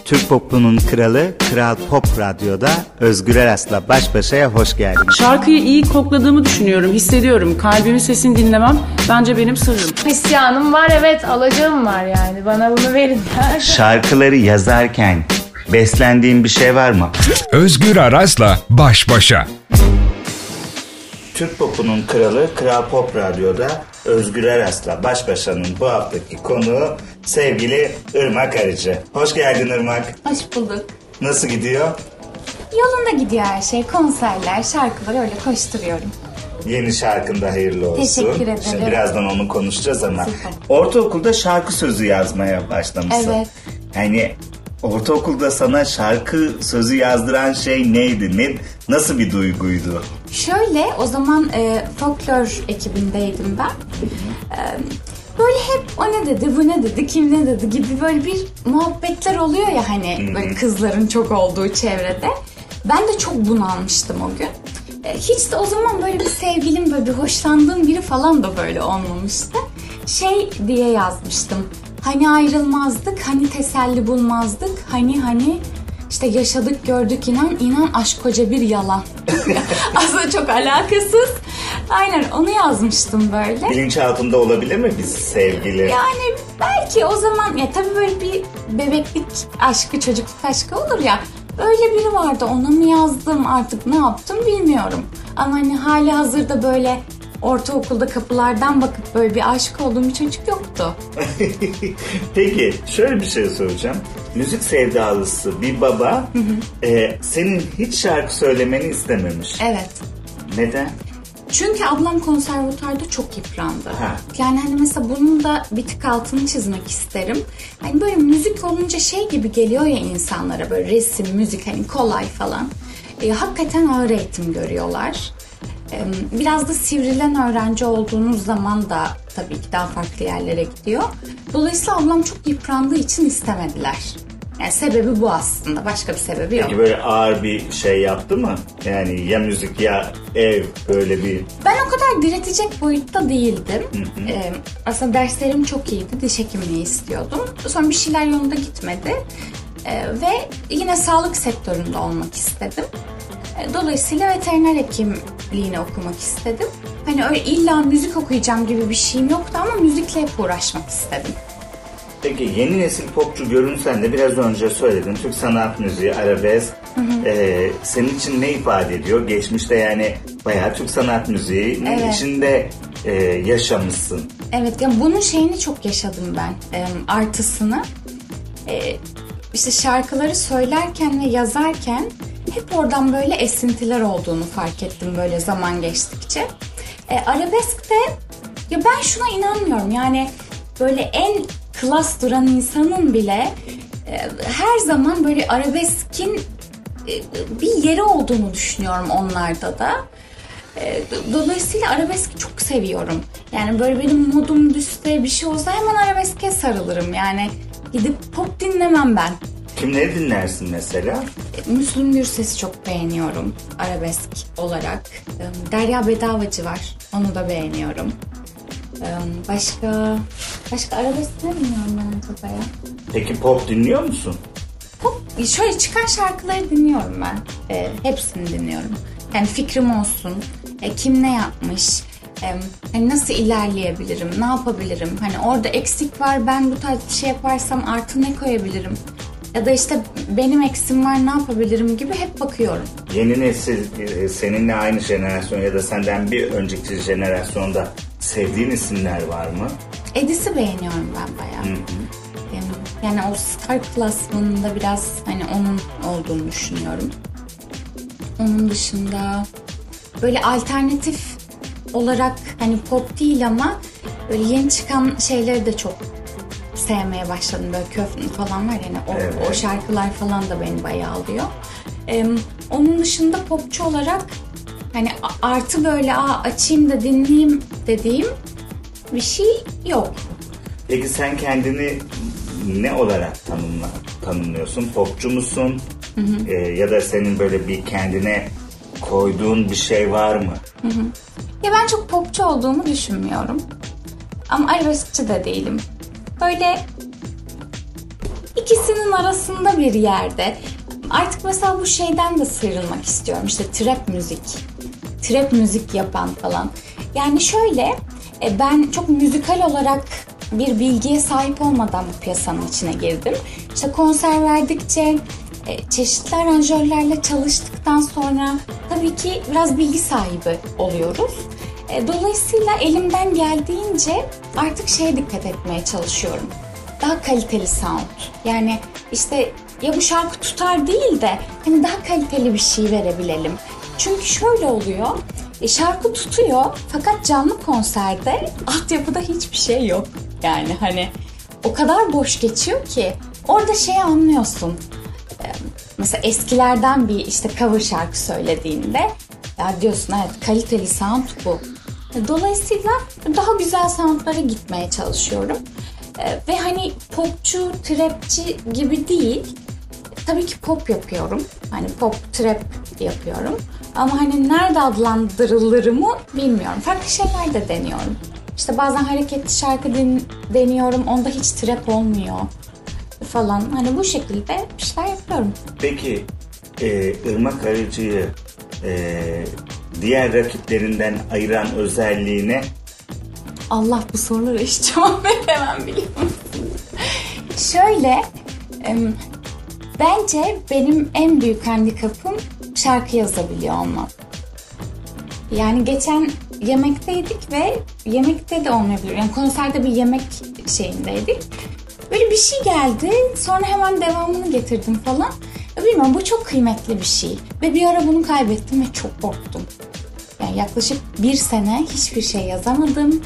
Türk popunun kralı Kral Pop Radyo'da Özgür Eras'la baş başaya hoş geldiniz. Şarkıyı iyi kokladığımı düşünüyorum, hissediyorum. Kalbimin sesini dinlemem bence benim sırrım. İsyanım var, evet, alacağım var yani. Bana bunu verin. Şarkıları yazarken beslendiğin bir şey var mı? Özgür Aras'la baş başa. Türk popunun kralı Kral Pop Radyo'da Özgür Eras'la baş başanın bu haftaki konuğu sevgili Irmak Arıcı. Hoş geldin Irmak. Hoş bulduk. Nasıl gidiyor? Yolunda gidiyor her şey. Konserler, şarkılar, öyle koşturuyorum. Yeni şarkında hayırlı olsun. Teşekkür ederim. Şimdi birazdan onu konuşacağız ama. Süper. Ortaokulda şarkı sözü yazmaya başlamışsın. Evet. Yani ortaokulda sana şarkı sözü yazdıran şey neydi? Nasıl bir duyguydu? Şöyle, o zaman folklor ekibindeydim ben. Böyle hep o ne dedi, bu ne dedi, kim ne dedi gibi böyle bir muhabbetler oluyor ya hani böyle kızların çok olduğu çevrede. Ben de çok bunalmıştım o gün. Hiç de o zaman böyle bir sevgilim, böyle bir hoşlandığım biri falan da böyle olmamıştı. Şey diye yazmıştım. Hani ayrılmazdık, hani teselli bulmazdık, hani işte yaşadık gördük inan aşk koca bir yalan. Aslında çok alakasız. Aynen onu yazmıştım böyle. Bilinçaltında olabilir mi biz sevgili? Yani belki o zaman ya tabii böyle bir bebeklik aşkı, çocukluk aşkı olur ya. Öyle biri vardı, ona mı yazdım artık ne yaptım bilmiyorum. Ama hani hali hazırda böyle ortaokulda kapılardan bakıp böyle bir aşık olduğum bir çocuk yoktu. Peki şöyle bir şey soracağım. Müzik sevdalısı bir baba senin hiç şarkı söylemeni istememiş. Evet. Neden? Çünkü ablam konservatuarda çok yıprandı. Ha. Yani hani mesela bunun da bir tık altını çizmek isterim. Hani böyle müzik olunca şey gibi geliyor ya insanlara, böyle resim, müzik hani kolay falan. Hakikaten ağır eğitim görüyorlar. Biraz da sivrilen öğrenci olduğunuz zaman da tabii ki daha farklı yerlere gidiyor. Dolayısıyla ablam çok yıprandığı için istemediler. Yani sebebi bu aslında. Başka bir sebebi yok. Peki böyle ağır bir şey yaptı mı? Yani ya müzik ya ev, böyle bir... Ben o kadar diretecek boyutta değildim. Aslında derslerim çok iyiydi. Diş hekimliği istiyordum. Sonra bir şeyler yolunda gitmedi. Ve yine sağlık sektöründe olmak istedim. Dolayısıyla veteriner hekimliğini okumak istedim. Hani öyle illa müzik okuyacağım gibi bir şeyim yoktu ama müzikle hep uğraşmak istedim. Peki yeni nesil popçu görünsen de biraz önce söyledin. Türk sanat müziği, arabesk senin için ne ifade ediyor? Geçmişte yani bayağı Türk sanat müziğinin içinde yaşamışsın. Evet, yani bunun şeyini çok yaşadım ben. Artısını. İşte şarkıları söylerken ve yazarken hep oradan böyle esintiler olduğunu fark ettim böyle zaman geçtikçe. Arabeskte ya ben şuna inanmıyorum. Yani böyle en klas duran insanın bile her zaman böyle arabeskin bir yeri olduğunu düşünüyorum onlarda da. Dolayısıyla arabeski çok seviyorum. Yani böyle benim modum düşse bir şey olsa hemen arabeske sarılırım. Yani gidip pop dinlemem ben. Kimleri dinlersin mesela? Müslüm Gürses'i çok beğeniyorum arabesk olarak. Derya Bedavacı var. Onu da beğeniyorum. Başka arabesk ne bilmiyorum ben acaba ya. Peki pop dinliyor musun? Pop, şöyle çıkan şarkıları dinliyorum ben. Hepsini dinliyorum. Yani fikrim olsun. Kim ne yapmış? Hani nasıl ilerleyebilirim? Ne yapabilirim? Hani orada eksik var. Ben bu tarz bir şey yaparsam artı ne koyabilirim? Ya da işte benim eksim var, ne yapabilirim gibi hep bakıyorum. Yeni nesil seninle aynı jenerasyon ya da senden bir önceki jenerasyonda sevdiğin isimler var mı? Edis'i beğeniyorum ben bayağı. Yani o star klasmanında biraz hani onun olduğunu düşünüyorum. Onun dışında böyle alternatif olarak hani pop değil ama böyle yeni çıkan şeyleri de çok sevmeye başladım. Böyle Köfne falan var yani o şarkılar falan da beni bayağı alıyor. Onun dışında popçu olarak hani artı böyle açayım da dinleyeyim dediğim bir şey yok. Peki sen kendini ne olarak tanımlıyorsun? Popçu musun? Ya da senin böyle bir kendine koyduğun bir şey var mı? Ya ben çok popçu olduğumu düşünmüyorum. Ama arabeskçi de değilim. Böyle ikisinin arasında bir yerde. Artık mesela bu şeyden de sıyrılmak istiyorum. İşte trap müzik yapan falan. Yani şöyle, ben çok müzikal olarak bir bilgiye sahip olmadan bu piyasanın içine girdim. İşte konser verdikçe, çeşitli aranjörlerle çalıştıktan sonra tabii ki biraz bilgi sahibi oluyoruz. Dolayısıyla elimden geldiğince artık şeye dikkat etmeye çalışıyorum. Daha kaliteli sound. Yani işte ya bu şarkı tutar değil de hani daha kaliteli bir şey verebilelim. Çünkü şöyle oluyor. Şarkı tutuyor fakat canlı konserde altyapıda hiçbir şey yok. Yani hani o kadar boş geçiyor ki orada şeyi anlıyorsun. Mesela eskilerden bir işte cover şarkı söylediğinde ya diyorsun evet kaliteli sound bu. Dolayısıyla daha güzel soundlara gitmeye çalışıyorum. Ve hani popçu, trapçi gibi değil. Tabii ki pop yapıyorum. Hani pop, trap yapıyorum. Ama hani nerede adlandırılırımı bilmiyorum. Farklı şeyler de deniyorum. İşte bazen hareketli şarkı deniyorum. Onda hiç trap olmuyor falan. Hani bu şekilde bir şeyler yapıyorum. Peki Irmak Arıcı'yı diğer rakiplerinden ayıran özelliği ne? Allah, bu sorulara hiç cevap veremem biliyor musun? Şöyle, bence benim en büyük handikapım şarkı yazabiliyor olmam. Yani geçen yemekteydik ve yemekte de olmayabilir. Yani konserde bir yemek şeyindeydik. Böyle bir şey geldi. Sonra hemen devamını getirdim falan. Ya bilmiyorum, bu çok kıymetli bir şey. Ve bir ara bunu kaybettim ve çok korktum. Yani yaklaşık 1 sene hiçbir şey yazamadım.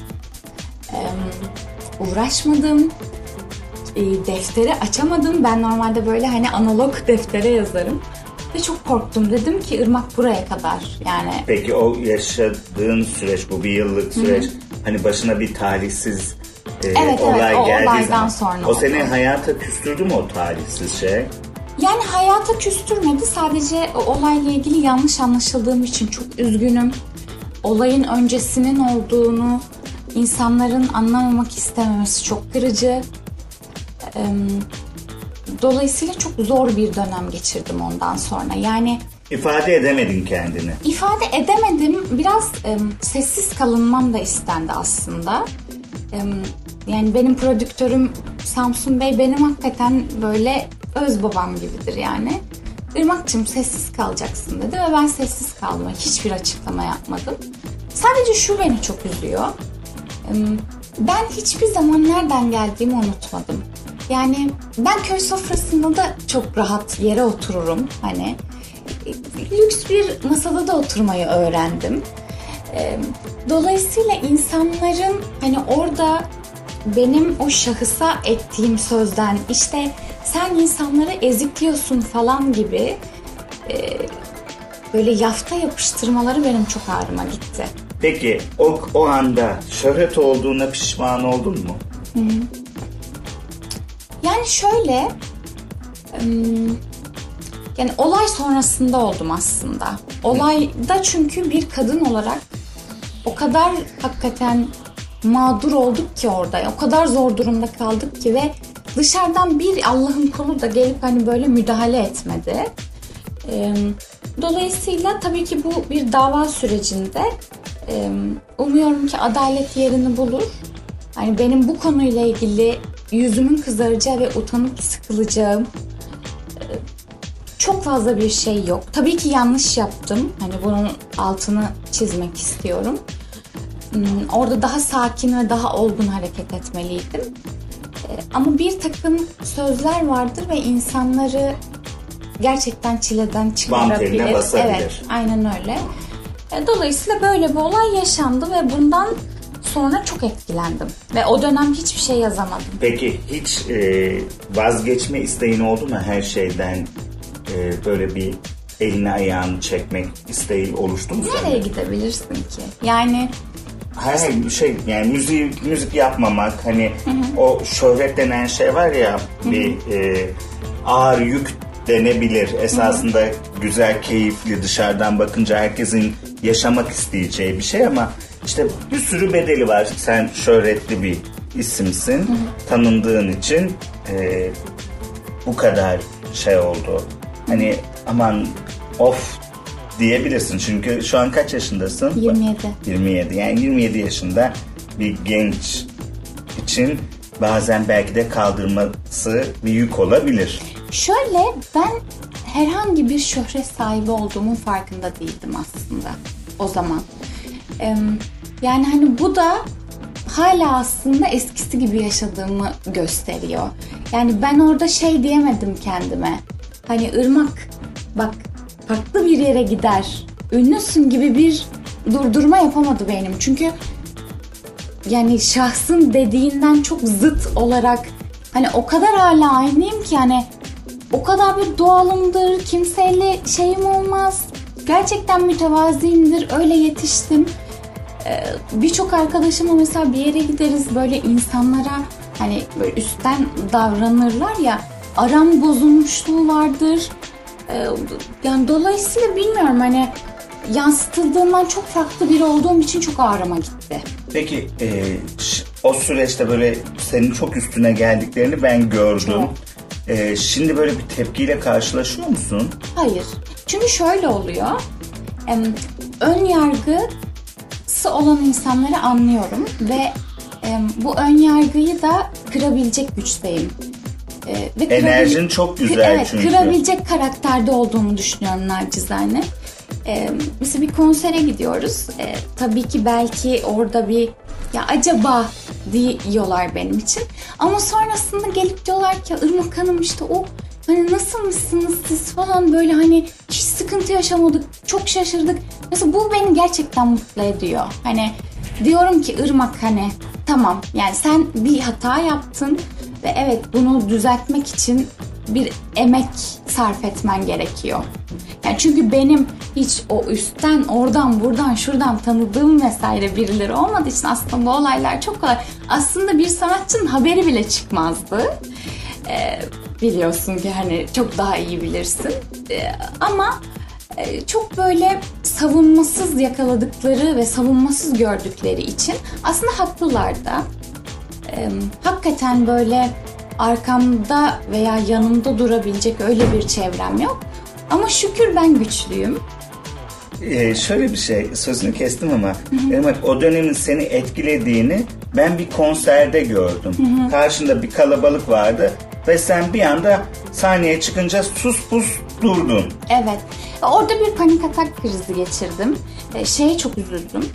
Uğraşmadım. Defteri açamadım. Ben normalde böyle hani analog deftere yazarım. Ve çok korktum. Dedim ki Irmak buraya kadar. Yani. Peki o yaşadığın süreç, bu 1 yıllık süreç, hani başına bir talihsiz olay o geldiği olaydan zaman, sonra o seni hayata küstürdü mü o talihsiz şey? Yani hayata küstürmedi. Sadece o olayla ilgili yanlış anlaşıldığım için çok üzgünüm. Olayın öncesinin olduğunu insanların anlamamak istememesi çok kırıcı. Dolayısıyla çok zor bir dönem geçirdim ondan sonra. Yani İfade edemedin kendini. İfade edemedim. Biraz sessiz kalınmam da istendi aslında. Yani benim prodüktörüm Samsun Bey benim hakikaten böyle öz babam gibidir yani. Irmak'cığım sessiz kalacaksın dedi ve ben sessiz kaldım. Hiçbir açıklama yapmadım. Sadece şu beni çok üzüyor. Ben hiçbir zaman nereden geldiğimi unutmadım. Yani ben köy sofrasında da çok rahat yere otururum. Hani lüks bir masada da oturmayı öğrendim. Dolayısıyla insanların hani orada benim o şahısa ettiğim sözden işte sen insanları ezikliyorsun falan gibi böyle yafta yapıştırmaları benim çok ağrıma gitti. Peki o anda şöhret olduğuna pişman oldun mu? Yani şöyle, yani olay sonrasında oldum aslında. Olayda çünkü bir kadın olarak o kadar hakikaten mağdur olduk ki orada. O kadar zor durumda kaldık ki ve dışarıdan bir Allah'ın kulu da gelip hani böyle müdahale etmedi. Dolayısıyla tabii ki bu bir dava sürecinde umuyorum ki adalet yerini bulur. Hani benim bu konuyla ilgili yüzümün kızaracağı ve utanıp sıkılacağım çok fazla bir şey yok. Tabii ki yanlış yaptım. Hani bunun altını çizmek istiyorum. Orada daha sakin ve daha olgun hareket etmeliydim. Ama bir takım sözler vardır ve insanları gerçekten çileden çıkarabilir. Bam basabilir. Evet, aynen öyle. Dolayısıyla böyle bir olay yaşandı ve bundan sonra çok etkilendim. Ve o dönem hiçbir şey yazamadım. Peki hiç vazgeçme isteğin oldu mu her şeyden? Böyle bir elini ayağını çekmek isteği oluştu mu? Nereye gidebilirsin ki? Yani her şey, yani müzik yapmamak, hani o şöhret denen şey var ya, bir ağır yük denebilir. Esasında güzel, keyifli, dışarıdan bakınca herkesin yaşamak isteyeceği bir şey ama işte bir sürü bedeli var. Sen şöhretli bir isimsin, tanındığın için bu kadar şey oldu? Hani aman of diyebilirsin. Çünkü şu an kaç yaşındasın? 27. 27. Yani 27 yaşında bir genç için bazen belki de kaldırması bir yük olabilir. Şöyle, ben herhangi bir şöhret sahibi olduğumun farkında değildim aslında o zaman. Yani hani bu da hala aslında eskisi gibi yaşadığımı gösteriyor. Yani ben orada şey diyemedim kendime. Hani Irmak bak farklı bir yere gider, ünlüsün gibi bir durdurma yapamadı benim. Çünkü yani şahsın dediğinden çok zıt olarak hani o kadar hala aynıyım ki hani o kadar bir doğalımdır, kimseyle şeyim olmaz. Gerçekten mütevaziyimdir, öyle yetiştim. Birçok arkadaşımla mesela bir yere gideriz, böyle insanlara hani böyle üstten davranırlar ya, aram bozulmuşluğu vardır. Yani dolayısıyla bilmiyorum, hani yansıtıldığımdan çok farklı biri olduğum için çok ağrıma gitti. Peki o süreçte böyle senin çok üstüne geldiklerini ben gördüm. Şimdi böyle bir tepkiyle karşılaşıyor musun? Hayır. Çünkü şöyle oluyor. Ön yargısı olan insanları anlıyorum ve bu ön yargıyı da kırabilecek güçteyim. Ve enerjin çok güzel evet, çünkü. Kırabilecek karakterde olduğumu düşünüyorum nacizane. Mesela bir konsere gidiyoruz. Tabii ki belki orada bir ya acaba diyorlar benim için. Ama sonrasında gelip diyorlar ki Irmak Hanım işte o hani nasılmışsınız siz falan, böyle hani hiç sıkıntı yaşamadık, çok şaşırdık. Mesela bu beni gerçekten mutlu ediyor. Hani diyorum ki Irmak, hani tamam yani sen bir hata yaptın ve evet bunu düzeltmek için bir emek sarf etmen gerekiyor. Yani çünkü benim hiç o üstten oradan buradan şuradan tanıdığım vesaire birileri olmadığı için aslında bu olaylar çok kolay. Aslında bir sanatçının haberi bile çıkmazdı. Biliyorsun ki hani çok daha iyi bilirsin. Ama çok böyle savunmasız yakaladıkları ve savunmasız gördükleri için aslında haklılar da. Hakikaten böyle arkamda veya yanımda durabilecek öyle bir çevrem yok. Ama şükür ben güçlüyüm. Şöyle bir şey, sözünü kestim ama o dönemin seni etkilediğini ben bir konserde gördüm. Karşında bir kalabalık vardı ve sen bir anda sahneye çıkınca sus pus durdun. Evet. Orada bir panik atak krizi geçirdim. Şeye çok üzüldüm.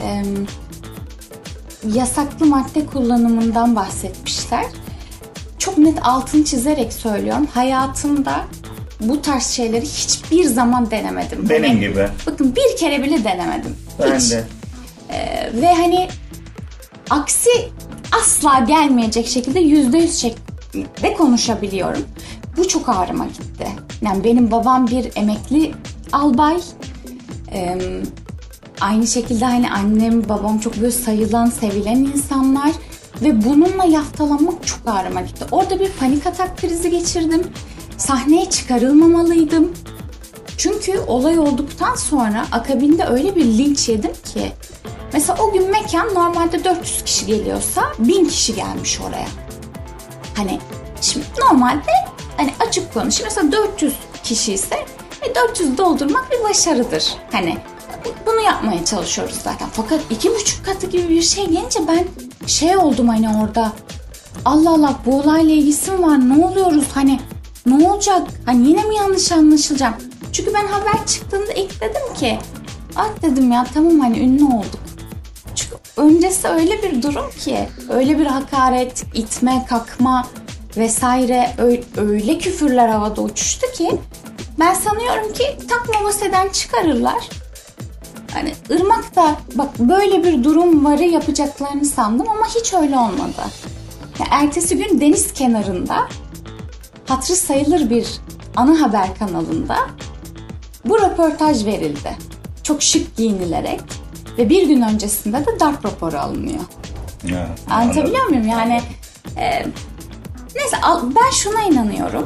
Yasaklı madde kullanımından bahsetmişler. Çok net altını çizerek söylüyorum. Hayatımda bu tarz şeyleri hiçbir zaman denemedim. Benim hani, gibi. Bakın bir kere bile denemedim. Ben hiç. de. Ve hani aksi asla gelmeyecek şekilde %100 şekilde konuşabiliyorum. Bu çok ağrıma gitti. Yani benim babam bir emekli albay. Aynı şekilde hani annem, babam çok böyle sayılan, sevilen insanlar. Ve bununla yaftalanmak çok ağrıma gitti. Orada bir panik atak krizi geçirdim. Sahneye çıkarılmamalıydım. Çünkü olay olduktan sonra akabinde öyle bir linç yedim ki. Mesela o gün mekan normalde 400 kişi geliyorsa 1000 kişi gelmiş oraya. Hani şimdi normalde hani açık konuşayım, mesela 400 kişi ise 400 doldurmak bir başarıdır. Hani bunu yapmaya çalışıyoruz zaten. Fakat 2,5 katı gibi bir şey gelince ben şey oldum hani orada. Allah Allah, bu olayla ilgisi mi var? Ne oluyoruz? Hani ne olacak? Hani yine mi yanlış anlaşılacağım? Çünkü ben haber çıktığında ilk dedim ki dedim ya tamam hani ünlü olduk. Çünkü öncesi öyle bir durum ki, öyle bir hakaret, itme, kakma vesaire, öyle küfürler havada uçuştu ki ben sanıyorum ki takma maseden çıkarırlar. Hani Irmak da bak böyle bir durum varı yapacaklarını sandım ama hiç öyle olmadı. Yani ertesi gün deniz kenarında hatırı sayılır bir ana haber kanalında bu röportaj verildi. Çok şık giyinilerek ve bir gün öncesinde de darp raporu alınıyor. Ya, anlatabiliyor muyum? Yani neyse ben şuna inanıyorum.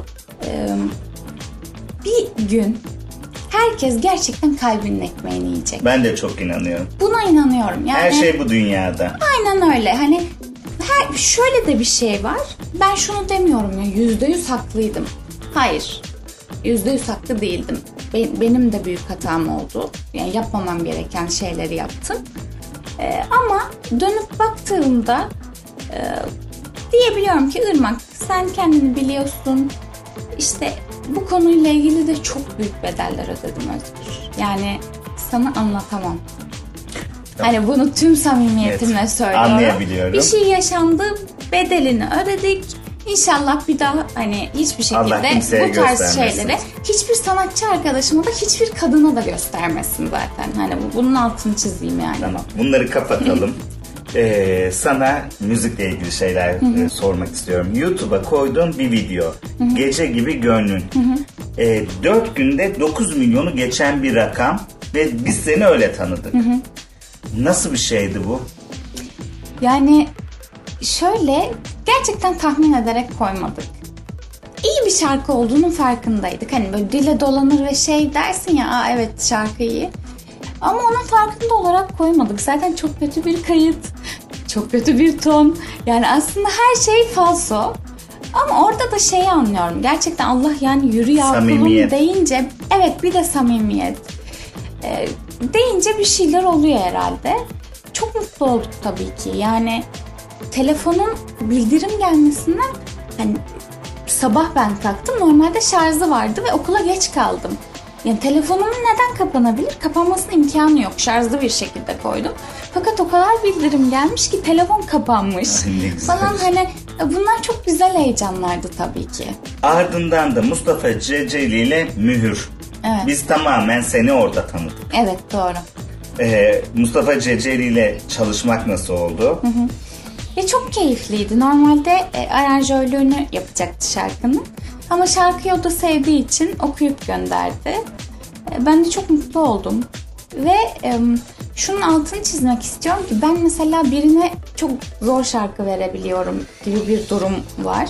Bir gün herkes gerçekten kalbinin ekmeğini yiyecek. Ben de çok inanıyorum. Buna inanıyorum. Yani, her şey bu dünyada. Aynen öyle. Hani şöyle de bir şey var. Ben şunu demiyorum ya, %100 haklıydım. Hayır. %100 haklı değildim. Benim de büyük hatam oldu. Yani yapmamam gereken şeyleri yaptım. Ama dönüp baktığımda diyebiliyorum ki Irmak, sen kendini biliyorsun. İşte bu konuyla ilgili de çok büyük bedeller ödedim Özgür. Yani sana anlatamam. Hani bunu tüm samimiyetimle söylüyorum. Anlayabiliyorum. Bir şey yaşandı, bedelini ödedik. İnşallah bir daha hani hiçbir şekilde bu tarz şeyleri hiçbir sanatçı arkadaşıma da hiçbir kadına da göstermesin zaten. Hani bunun altını çizeyim yani. Tamam. Bunları kapatalım. Sana müzikle ilgili şeyler sormak istiyorum. YouTube'a koyduğun bir video. Gece gibi gönlün. 4 günde 9 milyonu geçen bir rakam ve biz seni öyle tanıdık. Nasıl bir şeydi bu? Yani şöyle, gerçekten tahmin ederek koymadık. İyi bir şarkı olduğunun farkındaydık. Hani böyle dile dolanır ve şey dersin ya, evet şarkı iyi. Ama onun farkında olarak koymadık. Zaten çok kötü bir kayıt, çok kötü bir ton. Yani aslında her şey falso. Ama orada da şeyi anlıyorum. Gerçekten Allah yani yürü ya kulum deyince, evet bir de samimiyet. Deyince bir şeyler oluyor herhalde. Çok mutlu olduk tabii ki. Yani telefonun bildirim gelmesinden, hani sabah ben kalktım, normalde şarjı vardı ve okula geç kaldım. Yani telefonumun neden kapanabilir? Kapanmasının imkanı yok. Şarjlı bir şekilde koydum. Fakat o kadar bildirim gelmiş ki telefon kapanmış. Falan, hani bunlar çok güzel heyecanlardı tabii ki. Ardından da Mustafa Ceceli ile Mühür. Evet. Biz tamamen seni orada tanıdık. Evet, doğru. Mustafa Ceceli ile çalışmak nasıl oldu? Çok keyifliydi. Normalde aranjörlüğünü yapacaktı şarkının. Ama şarkıyı o da sevdiği için okuyup gönderdi. Ben de çok mutlu oldum. Ve şunun altını çizmek istiyorum ki ben mesela birine çok zor şarkı verebiliyorum gibi bir durum var.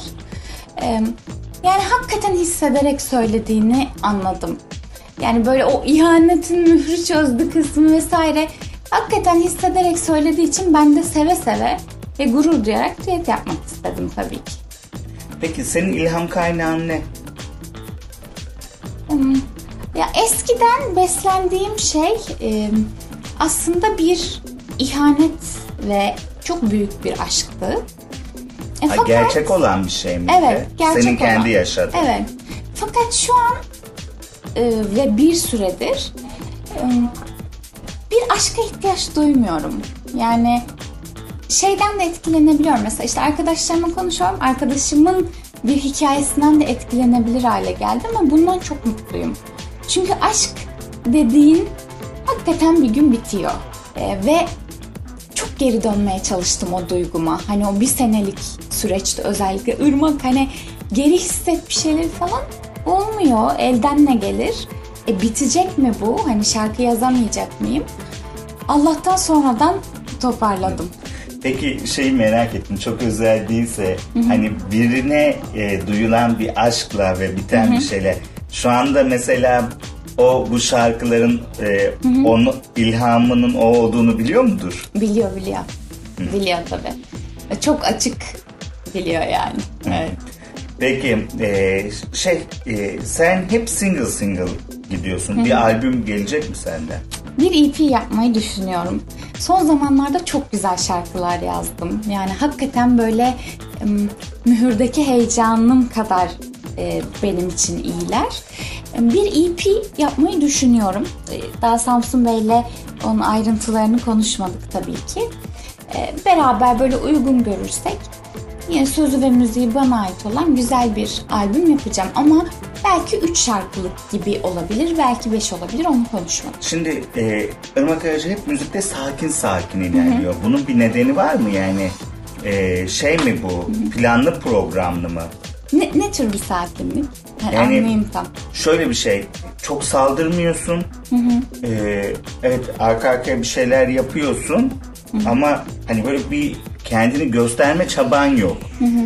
Yani hakikaten hissederek söylediğini anladım. Yani böyle o ihanetin mührü çözdü kısmı vesaire hakikaten hissederek söylediği için ben de seve seve ve gurur duyarak düet yapmak istedim tabii ki. Peki senin ilham kaynağın ne? Ya eskiden beslendiğim şey aslında bir ihanet ve çok büyük bir aşktı. Fakat, gerçek olan bir şey mi? Evet, gerçek senin olan. kendi yaşadığın. Evet. Fakat şu an ve bir süredir bir aşka ihtiyaç duymuyorum. Yani şeyden de etkilenebiliyorum. Mesela işte arkadaşlarımla konuşuyorum. Arkadaşımın bir hikayesinden de etkilenebilir hale geldim ama bundan çok mutluyum. Çünkü aşk dediğin hakikaten bir gün bitiyor. Ve çok geri dönmeye çalıştım o duyguma. Hani o bir senelik süreçte özellikle Irmak, hani geri hisset bir şeyleri falan olmuyor. Elden ne gelir? Bitecek mi bu? Hani şarkı yazamayacak mıyım? Allah'tan sonradan toparladım. Peki şeyi merak ettim, çok özel değilse hani birine duyulan bir aşkla ve biten bir şeyle şu anda mesela o bu şarkıların onun ilhamının o olduğunu biliyor mudur? Biliyor. Biliyor tabii. Çok açık biliyor yani. Evet. Peki sen hep single gidiyorsun. Bir albüm gelecek mi senden? Bir EP yapmayı düşünüyorum. Son zamanlarda çok güzel şarkılar yazdım. Yani hakikaten böyle mühürdeki heyecanım kadar benim için iyiler. Bir EP yapmayı düşünüyorum. Daha Samsun Bey'le onun ayrıntılarını konuşmadık tabii ki. Beraber böyle uygun görürsek yine sözü ve müziği bana ait olan güzel bir albüm yapacağım. Ama belki 3 şarkılık gibi olabilir, belki 5 olabilir, onu konuşmadık. Şimdi Irmak Aracı hep müzikte sakin ilerliyor. Bunun bir nedeni var mı yani? Şey mi bu? Planlı programlı mı? Ne tür bir sakinlik? Yani anlayayım tam. Şöyle bir şey, çok saldırmıyorsun. Evet, arka arkaya bir şeyler yapıyorsun. Ama hani böyle bir kendini gösterme çaban yok.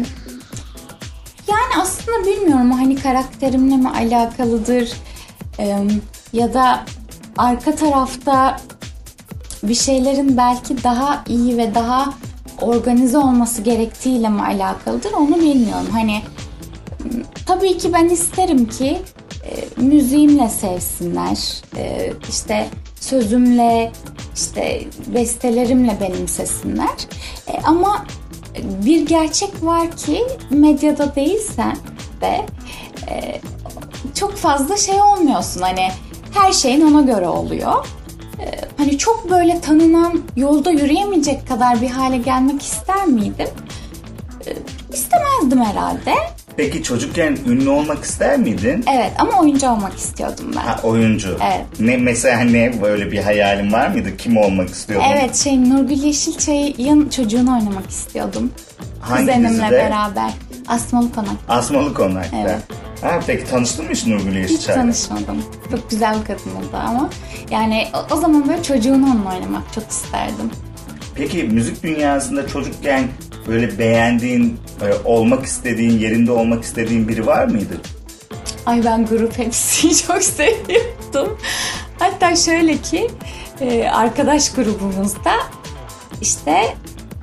Yani aslında bilmiyorum, hani karakterimle mi alakalıdır ya da arka tarafta bir şeylerin belki daha iyi ve daha organize olması gerektiğiyle mi alakalıdır onu bilmiyorum. Hani tabii ki ben isterim ki müziğimle sevsinler, işte sözümle, işte bestelerimle benimsesinler. Ama bir gerçek var ki medyada değilsen de çok fazla şey olmuyorsun. Hani her şeyin ona göre oluyor. Hani çok böyle tanınan, yolda yürüyemeyecek kadar bir hale gelmek ister miydim? İstemezdim herhalde. Peki çocukken ünlü olmak ister miydin? Evet ama oyuncu olmak istiyordum ben. Ha, oyuncu. Evet. Ne mesela, ne böyle bir hayalin var mıydı? Kim olmak istiyordun? Evet, Nurgül Yeşilçay'ın çocuğunu oynamak istiyordum. Hangi Kuzenimle dizide? beraber. Asmalı Konak. Asmalı Konak'ta. Evet. Ha, peki tanıştın mı hiç Nurgül Hiç Yeşilçay'la? tanışmadım. Çok güzel bir kadındı ama yani o zaman böyle çocuğunu onunla oynamak çok isterdim. Peki müzik dünyasında çocukken böyle beğendiğin, olmak istediğin, yerinde olmak istediğin biri var mıydı? Ay ben Grup Hepsi'yi çok seviyordum. Hatta şöyle ki arkadaş grubumuzda işte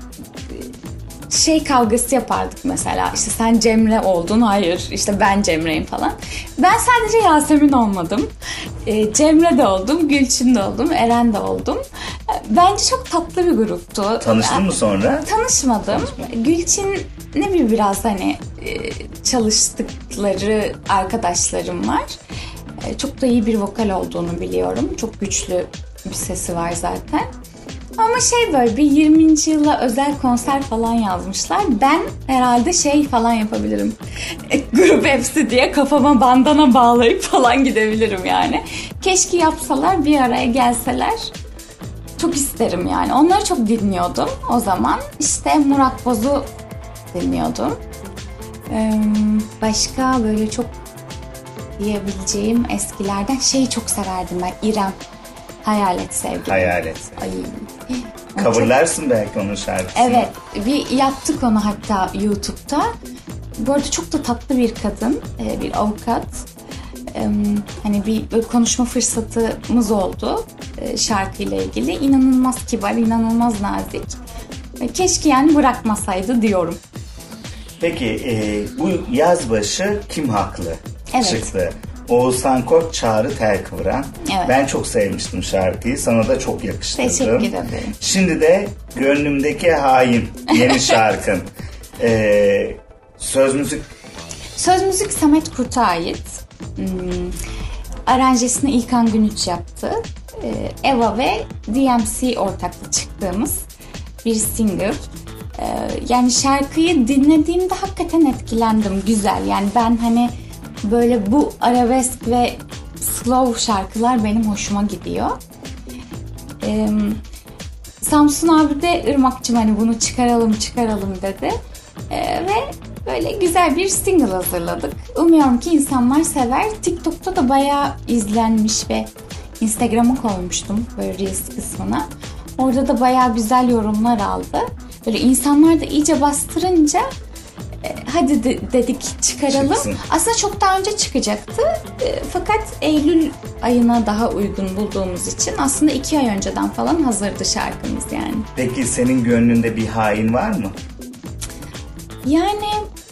kavgası yapardık mesela. İşte sen Cemre oldun, hayır işte ben Cemre'yim falan. Ben sadece Yasemin olmadım. Cemre de oldum, Gülçin de oldum, Eren de oldum. Bence çok tatlı bir gruptu. Tanıştın mı sonra? Tanışmadım. Gülçin'le biraz hani çalıştıkları arkadaşlarım var. Çok da iyi bir vokal olduğunu biliyorum. Çok güçlü bir sesi var zaten. Ama böyle bir 20. yıla özel konser falan yazmışlar. Ben herhalde falan yapabilirim. Grup Hepsi diye kafama bandana bağlayıp falan gidebilirim yani. Keşke yapsalar, bir araya gelseler. Çok isterim yani. Onları çok dinliyordum o zaman. İşte Murat Boz'u dinliyordum. Başka böyle çok diyebileceğim eskilerden çok severdim ben. İrem. Hayalet Sevgilim. Hayalet. Ay. Coverlarsın belki onun şarkısını. Evet. Bir yaptık onu hatta YouTube'da. Bu arada çok da tatlı bir kadın. Bir avukat. Hani bir konuşma fırsatımız oldu şarkıyla ilgili. İnanılmaz kibar, inanılmaz nazik. Keşke yani bırakmasaydı diyorum. Peki bu yaz başı Kim Haklı Evet. çıktı. Oğuzhan Koç, Çağrı Telkıvıran. Evet. Ben çok sevmiştim şarkıyı. Sana da çok yakıştırdım. Teşekkür ederim. Şimdi de Gönlümdeki Hain yeni şarkın. Söz müzik Samet Kurt'a ait. Aranjesini İlkan Günüç yaptı. Eva ve DMC ortaklı çıktığımız bir single. Yani şarkıyı dinlediğimde hakikaten etkilendim. Güzel. Yani ben hani böyle bu arabesk ve slow şarkılar benim hoşuma gidiyor. Samsun abi de Irmak'cığım hani bunu çıkaralım dedi. Ve böyle güzel bir single hazırladık. Umuyorum ki insanlar sever. TikTok'ta da bayağı izlenmiş ve Instagram'a koymuştum böyle Reels kısmına. Orada da bayağı güzel yorumlar aldı. Böyle insanlar da iyice bastırınca hadi dedik çıkaralım. Çıksın. Aslında çok daha önce çıkacaktı. Fakat Eylül ayına daha uygun bulduğumuz için aslında 2 ay önceden falan hazırdı şarkımız yani. Peki senin gönlünde bir hain var mı? Yani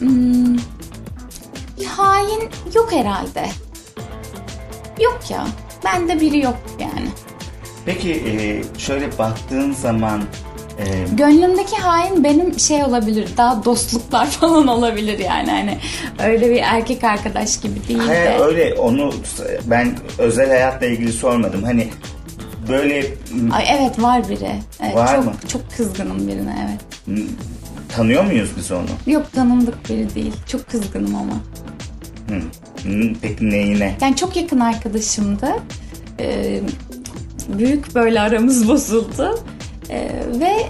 hain yok herhalde. Yok ya. Bende biri yok yani. Peki şöyle baktığın zaman gönlümdeki hain benim olabilir. Daha dostluklar falan olabilir yani. Hani öyle bir erkek arkadaş gibi değil hayır, de. öyle onu ben özel hayatla ilgili sormadım. Hani böyle Ay evet var biri. Evet, var çok, mı? Çok kızgınım birine evet. Tanıyor muyuz biz onu? Yok tanındık biri değil. Çok kızgınım ama. Peki neyine? Yani çok yakın arkadaşımdı. Büyük böyle aramız bozuldu. Ve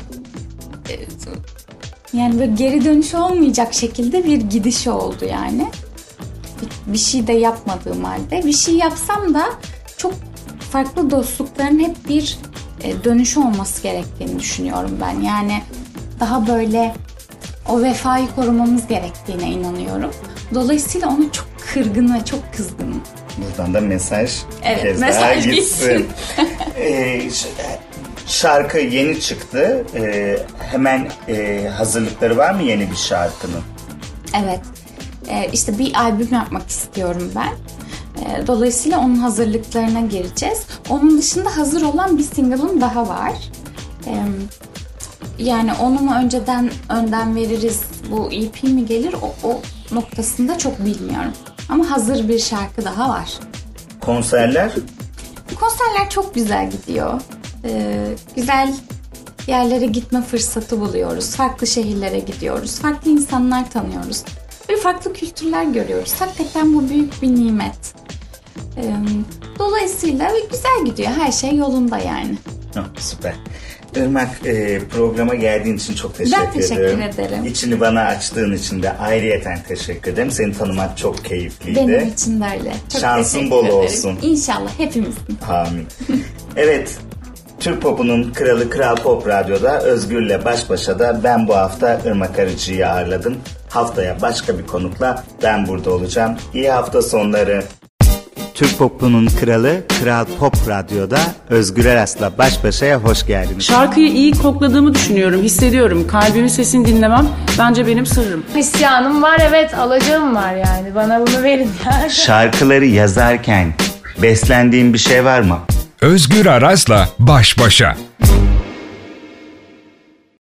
yani böyle geri dönüşü olmayacak şekilde bir gidişi oldu yani. Bir şey de yapmadığım halde. Bir şey yapsam da çok farklı dostlukların hep bir dönüşü olması gerektiğini düşünüyorum ben. Yani daha böyle o vefayı korumamız gerektiğine inanıyorum. Dolayısıyla ona çok kırgın ve çok kızgınım. Buradan da mesaj evet, kez mesaj daha gitsin. gitsin. Şarkı yeni çıktı. Hemen hazırlıkları var mı yeni bir şarkının? Evet. İşte bir albüm yapmak istiyorum ben. Dolayısıyla onun hazırlıklarına gireceğiz. Onun dışında hazır olan bir single'ım daha var. Yani onu mu önden veririz, bu EP mi gelir o noktasında çok bilmiyorum. Ama hazır bir şarkı daha var. Konserler çok güzel gidiyor. Güzel yerlere gitme fırsatı buluyoruz. Farklı şehirlere gidiyoruz. Farklı insanlar tanıyoruz. Ve farklı kültürler görüyoruz. Hakikaten bu büyük bir nimet. Dolayısıyla güzel gidiyor. Her şey yolunda yani. Süper. Irmak, programa geldiğin için çok teşekkür ederim. Ben teşekkür ederim. İçini bana açtığın için de ayrıyeten teşekkür ederim. Seni tanımak çok keyifliydi. Benim için de öyle. Çok şansın bol olsun. İnşallah hepimizin. Amin. Evet, Türk Pop'unun kralı Kral Pop Radyo'da Özgür'le baş başa da ben bu hafta Irmak Arıcı'yı ağırladım. Haftaya başka bir konukla ben burada olacağım. İyi hafta sonları. Türk Pop'unun kralı Kral Pop Radyo'da Özgür Aras'la baş başaya hoş geldiniz. Şarkıyı iyi kokladığımı düşünüyorum, hissediyorum. Kalbimin sesini dinlemem bence benim sırrım. İsyanım var, evet, alacağım var yani. Bana bunu verin yani. Şarkıları yazarken beslendiğin bir şey var mı? Özgür Aras'la baş başa.